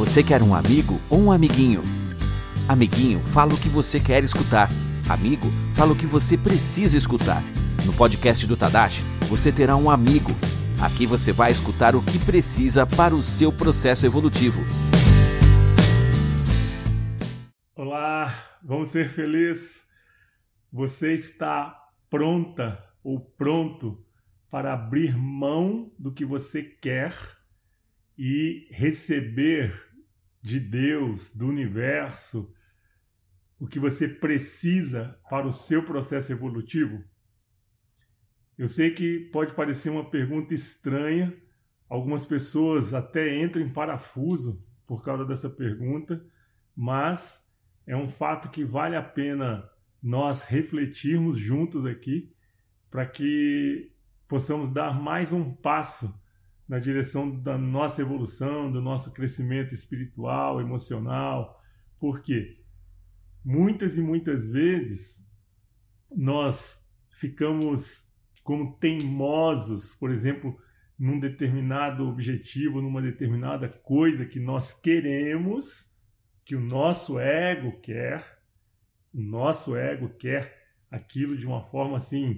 Você quer um amigo ou um amiguinho? Amiguinho, fala o que você quer escutar. Amigo, fala o que você precisa escutar. No podcast do Tadashi, você terá um amigo. Aqui você vai escutar o que precisa para o seu processo evolutivo. Olá, vamos ser felizes. Você está pronta ou pronto para abrir mão do que você quer e receber de Deus, do universo, o que você precisa para o seu processo evolutivo? Eu sei que pode parecer uma pergunta estranha, algumas pessoas até entram em parafuso por causa dessa pergunta, mas é um fato que vale a pena nós refletirmos juntos aqui para que possamos dar mais um passo na direção da nossa evolução, do nosso crescimento espiritual, emocional. Por quê? Muitas e muitas vezes nós ficamos como teimosos, por exemplo, num determinado objetivo, numa determinada coisa que nós queremos, que o nosso ego quer. O nosso ego quer aquilo de uma forma assim,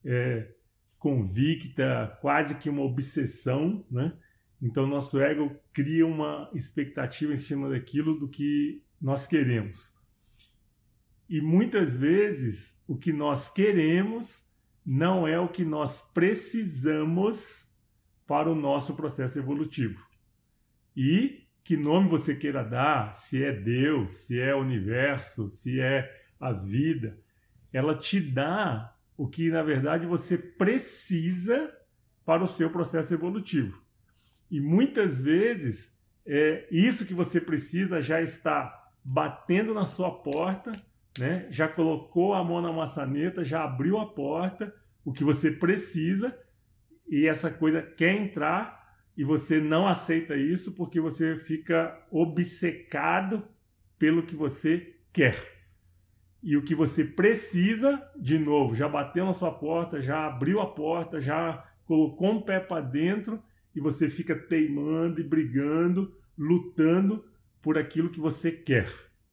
convicta, quase que uma obsessão, né? Então, nosso ego cria uma expectativa em cima daquilo do que nós queremos. E muitas vezes, o que nós queremos não é o que nós precisamos para o nosso processo evolutivo. E que nome você queira dar, se é Deus, se é o universo, se é a vida, ela te dá o que, na verdade, você precisa para o seu processo evolutivo. E muitas vezes, isso que você precisa já está batendo na sua porta, né? Já colocou a mão na maçaneta, já abriu a porta, o que você precisa, e essa coisa quer entrar, e você não aceita isso porque você fica obcecado pelo que você quer. E o que você precisa, de novo, já bateu na sua porta, já abriu a porta, já colocou um pé para dentro e você fica teimando e brigando, lutando por aquilo que você quer.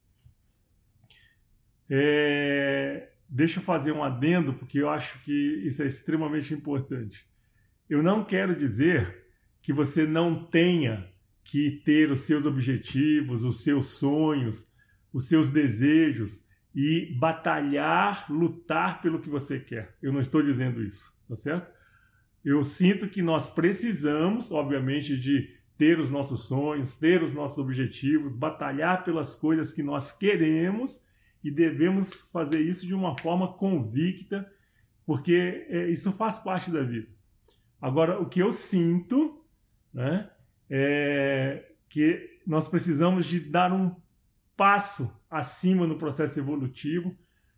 Deixa eu fazer um adendo, porque eu acho que isso é extremamente importante. Eu não quero dizer que você não tenha que ter os seus objetivos, os seus sonhos, os seus desejos, e batalhar, lutar pelo que você quer. Eu não estou dizendo isso, tá certo? Eu sinto que nós precisamos, obviamente, de ter os nossos sonhos, ter os nossos objetivos, batalhar pelas coisas que nós queremos e devemos fazer isso de uma forma convicta, porque isso faz parte da vida. Agora, o que eu sinto, né, é que nós precisamos de dar um passo acima no processo evolutivo,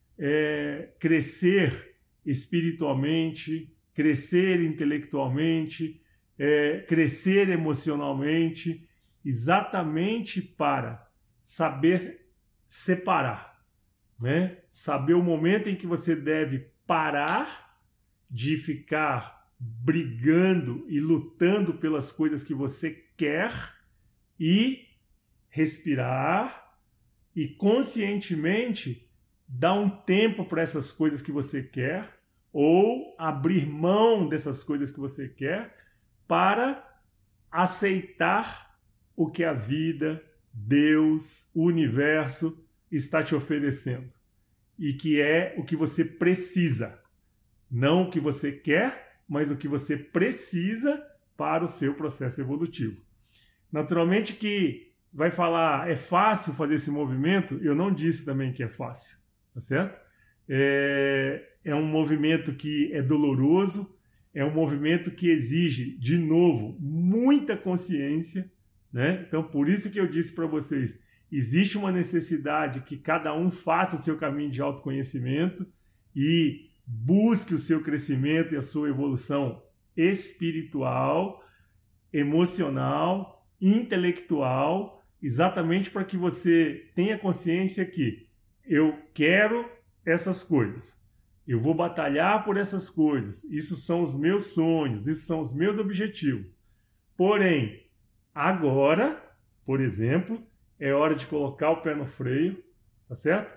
crescer espiritualmente, crescer intelectualmente, crescer emocionalmente, exatamente para saber separar, né? Saber o momento em que você deve parar de ficar brigando e lutando pelas coisas que você quer e respirar e conscientemente dar um tempo para essas coisas que você quer ou abrir mão dessas coisas que você quer para aceitar o que a vida, Deus, o universo está te oferecendo e que é o que você precisa. Não o que você quer, mas o que você precisa para o seu processo evolutivo. Naturalmente que vai falar, é fácil fazer esse movimento? Eu não disse também que é fácil, tá certo? É um movimento que é doloroso, é um movimento que exige, de novo, muita consciência, né? Então, por isso que eu disse para vocês, existe uma necessidade que cada um faça o seu caminho de autoconhecimento e busque o seu crescimento e a sua evolução espiritual, emocional, intelectual, exatamente para que você tenha consciência que eu quero essas coisas, eu vou batalhar por essas coisas, isso são os meus sonhos, isso são os meus objetivos. Porém, agora Por exemplo, é hora de colocar o pé no freio, tá certo?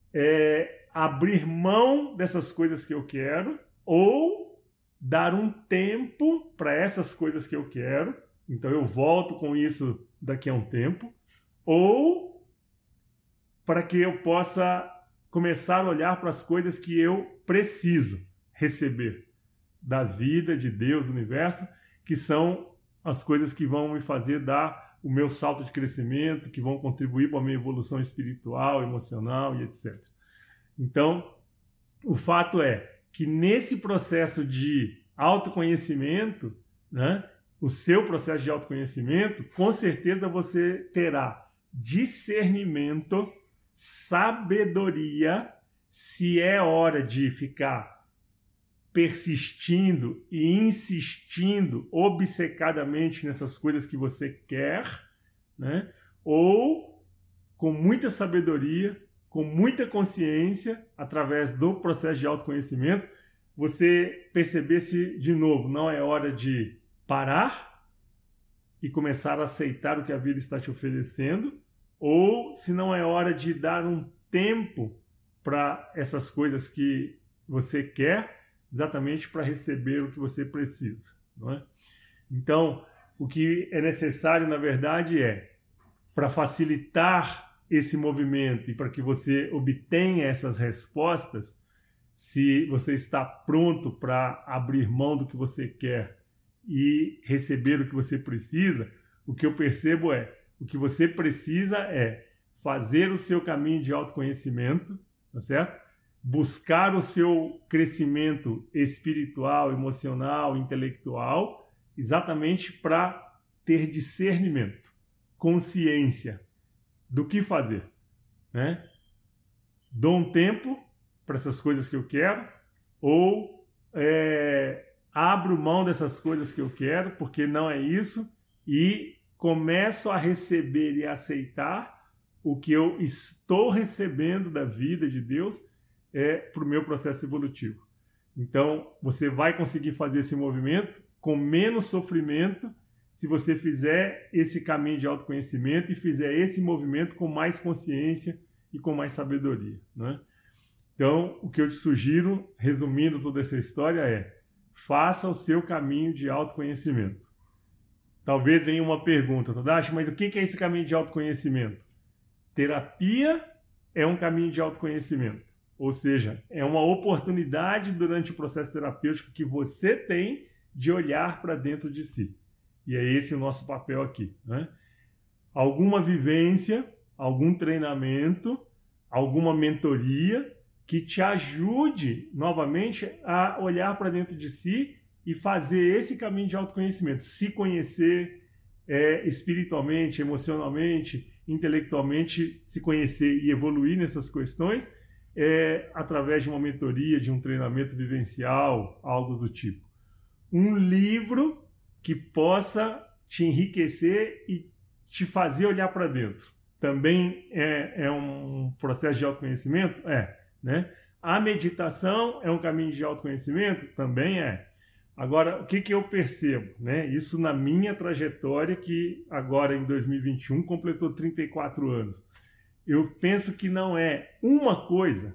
Abrir mão dessas coisas que eu quero ou dar um tempo para essas coisas que eu quero. Então eu volto com isso daqui a um tempo. Ou para que eu possa começar a olhar para as coisas que eu preciso receber da vida, de Deus, do universo, que são as coisas que vão me fazer dar o meu salto de crescimento, que vão contribuir para a minha evolução espiritual, emocional e etc. Então, o fato é que nesse processo de autoconhecimento, né, o seu processo de autoconhecimento, com certeza você terá discernimento, sabedoria, se é hora de ficar persistindo e insistindo obcecadamente nessas coisas que você quer, né? Ou com muita sabedoria, com muita consciência, através do processo de autoconhecimento, você perceber se, de novo, não é hora de parar e começar a aceitar o que a vida está te oferecendo, ou se não é hora de dar um tempo para essas coisas que você quer, exatamente para receber o que você precisa, não é? Então, o que é necessário, na verdade, para facilitar esse movimento e para que você obtenha essas respostas, se você está pronto para abrir mão do que você quer e receber o que você precisa, o que eu percebo o que você precisa é fazer o seu caminho de autoconhecimento, tá certo? Buscar o seu crescimento espiritual, emocional, intelectual, exatamente para ter discernimento, consciência do que fazer, né? Dou um tempo para essas coisas que eu quero ou abro mão dessas coisas que eu quero porque não é isso e começo a receber e aceitar o que eu estou recebendo da vida de Deus para o meu processo evolutivo. Então, você vai conseguir fazer esse movimento com menos sofrimento se você fizer esse caminho de autoconhecimento e fizer esse movimento com mais consciência e com mais sabedoria, né? Então, o que eu te sugiro, resumindo toda essa história, faça o seu caminho de autoconhecimento. Talvez venha uma pergunta, Tadashi, mas o que é esse caminho de autoconhecimento? Terapia é um caminho de autoconhecimento. Ou seja, é uma oportunidade durante o processo terapêutico que você tem de olhar para dentro de si. E é esse o nosso papel aqui, né? Alguma vivência, algum treinamento, alguma mentoria que te ajude novamente a olhar para dentro de si e fazer esse caminho de autoconhecimento. Se conhecer espiritualmente, emocionalmente, intelectualmente, se conhecer e evoluir nessas questões através de uma mentoria, de um treinamento vivencial, algo do tipo. Um livro que possa te enriquecer e te fazer olhar para dentro. Também é um processo de autoconhecimento? Né? A meditação é um caminho de autoconhecimento? Também é. Agora, o que eu percebo, né? Isso na minha trajetória, que agora em 2021 completou 34 anos. Eu penso que não é uma coisa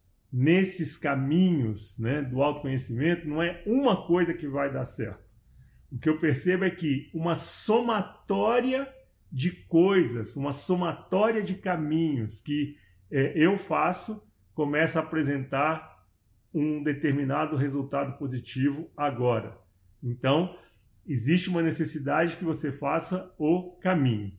nesses caminhos, né, do autoconhecimento, não é uma coisa que vai dar certo. O que eu percebo é que uma somatória de coisas, uma somatória de caminhos que eu faço, começa a apresentar um determinado resultado positivo agora. Então, existe uma necessidade que você faça o caminho.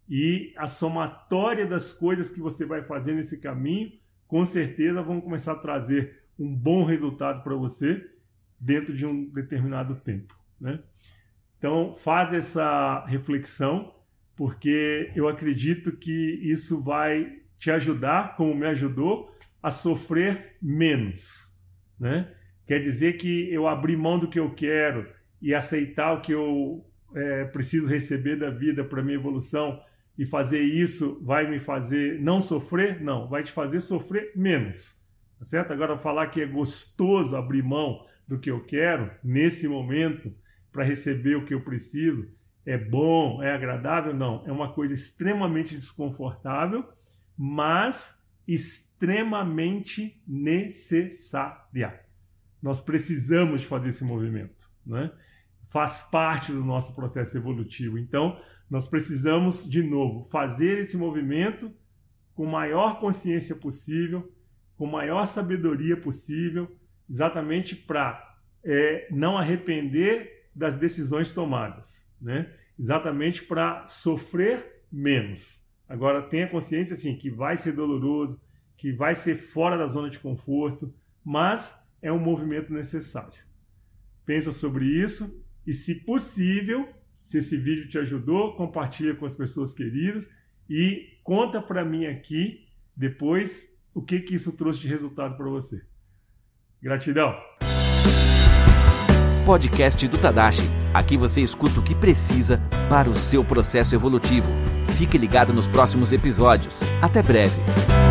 E a somatória das coisas que você vai fazer nesse caminho, com certeza vão começar a trazer um bom resultado para você dentro de um determinado tempo, né? Então, faz essa reflexão, porque eu acredito que isso vai te ajudar, como me ajudou, a sofrer menos, né? Quer dizer que eu abrir mão do que eu quero e aceitar o que eu preciso receber da vida para minha evolução e fazer isso vai me fazer não sofrer? Não, vai te fazer sofrer menos, tá certo? Agora, falar que é gostoso abrir mão do que eu quero nesse momento para receber o que eu preciso é bom, é agradável? Não. É uma coisa extremamente desconfortável, mas extremamente necessária. Nós precisamos de fazer esse movimento, né? Faz parte do nosso processo evolutivo. Então, nós precisamos, de novo, fazer esse movimento com maior consciência possível, com maior sabedoria possível, exatamente para não arrepender das decisões tomadas, né? Exatamente para sofrer menos. Agora, tenha consciência assim, que vai ser doloroso, que vai ser fora da zona de conforto, mas é um movimento necessário. Pensa sobre isso e, se possível, se esse vídeo te ajudou, compartilha com as pessoas queridas e conta para mim aqui depois o que isso trouxe de resultado para você. Gratidão! Podcast do Tadashi. Aqui você escuta o que precisa para o seu processo evolutivo. Fique ligado nos próximos episódios. Até breve!